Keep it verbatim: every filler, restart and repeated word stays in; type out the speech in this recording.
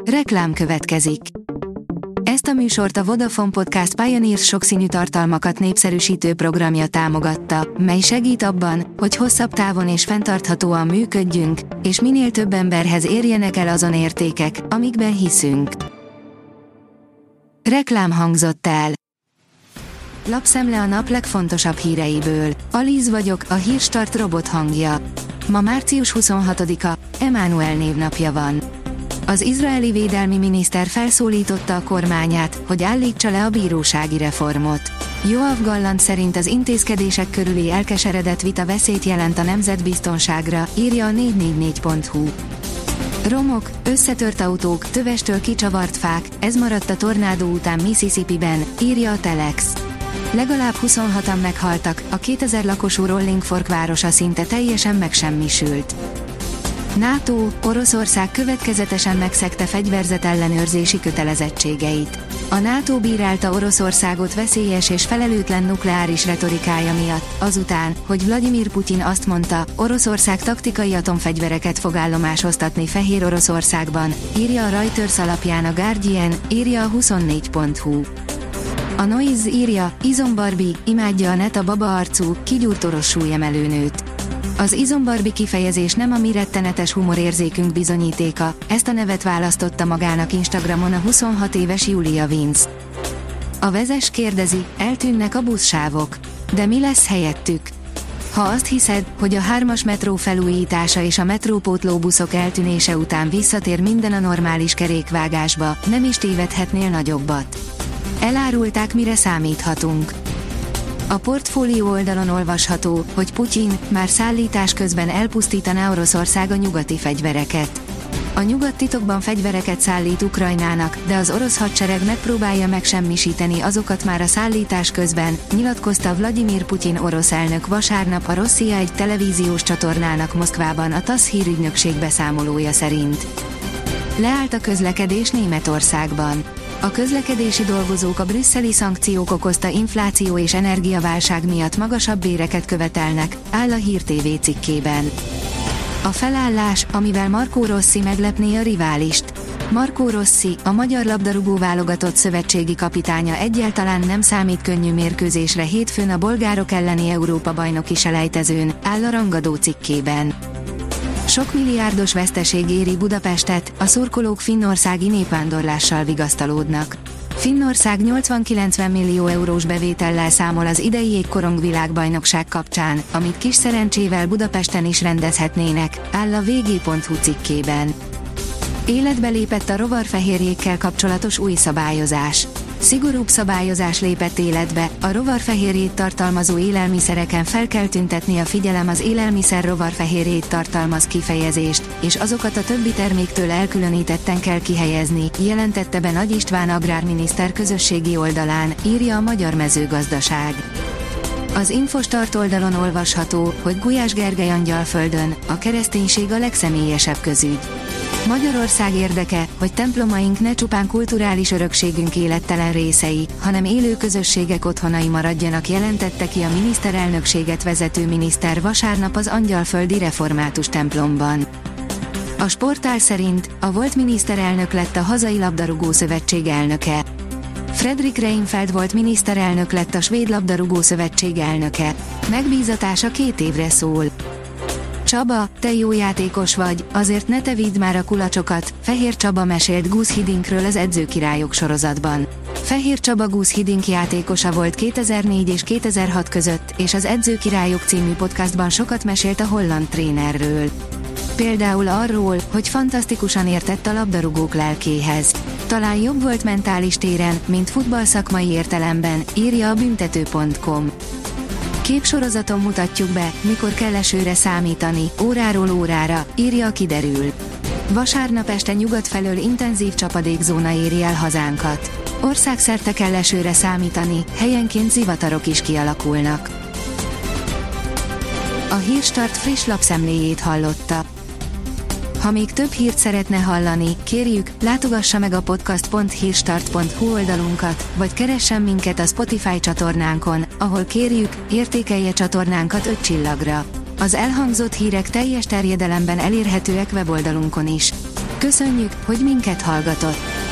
Reklám következik. Ezt a műsort a Vodafone Podcast Pioneers sokszínű tartalmakat népszerűsítő programja támogatta, mely segít abban, hogy hosszabb távon és fenntarthatóan működjünk, és minél több emberhez érjenek el azon értékek, amikben hiszünk. Reklám hangzott el. Lapszemle a nap legfontosabb híreiből. Alíz vagyok, a Hírstart robot hangja. Ma március huszonhatodika, Emánuel névnapja van. Az izraeli védelmi miniszter felszólította a kormányát, hogy állítsa le a bírósági reformot. Yoav Gallant szerint az intézkedések körüli elkeseredett vita veszélyt jelent a nemzetbiztonságra, írja a négy négy négy pont hu. Romok, összetört autók, tövestől kicsavart fák, ez maradt a tornádó után Mississippiben, írja a Telex. Legalább huszonhatan meghaltak, a kétezer lakosú Rolling Fork városa szinte teljesen megsemmisült. NATO, Oroszország következetesen megszegte fegyverzet ellenőrzési kötelezettségeit. A NATO bírálta Oroszországot veszélyes és felelőtlen nukleáris retorikája miatt, azután, hogy Vladimir Putyin azt mondta, Oroszország taktikai atomfegyvereket fog állomásoztatni Fehér Oroszországban, írja a Reuters alapján a Guardian, írja a huszonnégy pont hu. A Noise írja, Izom Barbie, imádja a net a baba arcú, kigyúrt orosz súlyemelőnőt. Az Izom Barbie kifejezés nem a mi rettenetes humorérzékünk bizonyítéka, ezt a nevet választotta magának Instagramon a huszonhat éves Julia Vince. A Vezes kérdezi, eltűnnek a buszsávok. De mi lesz helyettük? Ha azt hiszed, hogy a hármas metró felújítása és a metrópótló buszok eltűnése után visszatér minden a normális kerékvágásba, nem is tévedhetnél nagyobbat. Elárulták, mire számíthatunk. A Portfólió oldalon olvasható, hogy Putyin már szállítás közben elpusztítaná Oroszország a nyugati fegyvereket. A nyugat titokban fegyvereket szállít Ukrajnának, de az orosz hadsereg megpróbálja megsemmisíteni azokat már a szállítás közben, nyilatkozta Vladimir Putyin orosz elnök vasárnap a Rosszia egy televíziós csatornának Moszkvában a TASZ hírügynökség beszámolója szerint. Leállt a közlekedés Németországban. A közlekedési dolgozók a brüsszeli szankciók okozta infláció és energiaválság miatt magasabb béreket követelnek, áll a Hír té vé cikkében. A felállás, amivel Marco Rossi meglepné a riválist. Marco Rossi, a magyar labdarúgó válogatott szövetségi kapitánya egyáltalán nem számít könnyű mérkőzésre hétfőn a bolgárok elleni Európa-bajnoki selejtezőn, áll a Rangadó cikkében. Sok milliárdos veszteség éri Budapestet, a szurkolók finnországi népvándorlással vigasztalódnak. Finnország nyolcvan-kilencven millió eurós bevétellel számol az idei jégkorong világbajnokság kapcsán, amit kis szerencsével Budapesten is rendezhetnének, áll a vé gé pont hu cikkében. Életbe lépett a rovarfehérjékkel kapcsolatos új szabályozás. Szigorúbb szabályozás lépett életbe, a rovarfehérjét tartalmazó élelmiszereken fel kell tüntetni a figyelem az élelmiszer rovarfehérjét tartalmaz kifejezést, és azokat a többi terméktől elkülönítetten kell kihelyezni, jelentette be Nagy István agrárminiszter közösségi oldalán, írja a Magyar Mezőgazdaság. Az Infostart oldalon olvasható, hogy Gulyás Gergely Angyalföldön, a kereszténység a legszemélyesebb közügy. Magyarország érdeke, hogy templomaink ne csupán kulturális örökségünk élettelen részei, hanem élő közösségek otthonai maradjanak, jelentette ki a miniszterelnökséget vezető miniszter vasárnap az Angyalföldi Református templomban. A Sportál szerint a volt miniszterelnök lett a hazai labdarúgó szövetség elnöke. Fredrik Reinfeldt volt miniszterelnök lett a svéd labdarúgó szövetség elnöke. Megbízatása két évre szól. Csaba, te jó játékos vagy, azért ne te vidd már a kulacsokat, Fehér Csaba mesélt Guus Hiddinkről az Edzőkirályok sorozatban. Fehér Csaba Guus Hiddink játékosa volt kétezer-négy és kétezer-hat között, és az Edzőkirályok című podcastban sokat mesélt a holland trénerről. Például arról, hogy fantasztikusan értett a labdarúgók lelkéhez. Talán jobb volt mentális téren, mint futballszakmai értelemben, írja a büntető pont com. Képsorozaton mutatjuk be, mikor kell esőre számítani, óráról órára, írja a Kiderül. Vasárnap este nyugat felől intenzív csapadékzóna éri el hazánkat. Országszerte kell esőre számítani, helyenként zivatarok is kialakulnak. A Hírstart friss lapszemléjét hallotta. Ha még több hírt szeretne hallani, kérjük, látogassa meg a podcast pont hírstart pont hu oldalunkat, vagy keressen minket a Spotify csatornánkon, ahol kérjük, értékelje csatornánkat öt csillagra. Az elhangzott hírek teljes terjedelemben elérhetőek weboldalunkon is. Köszönjük, hogy minket hallgatott!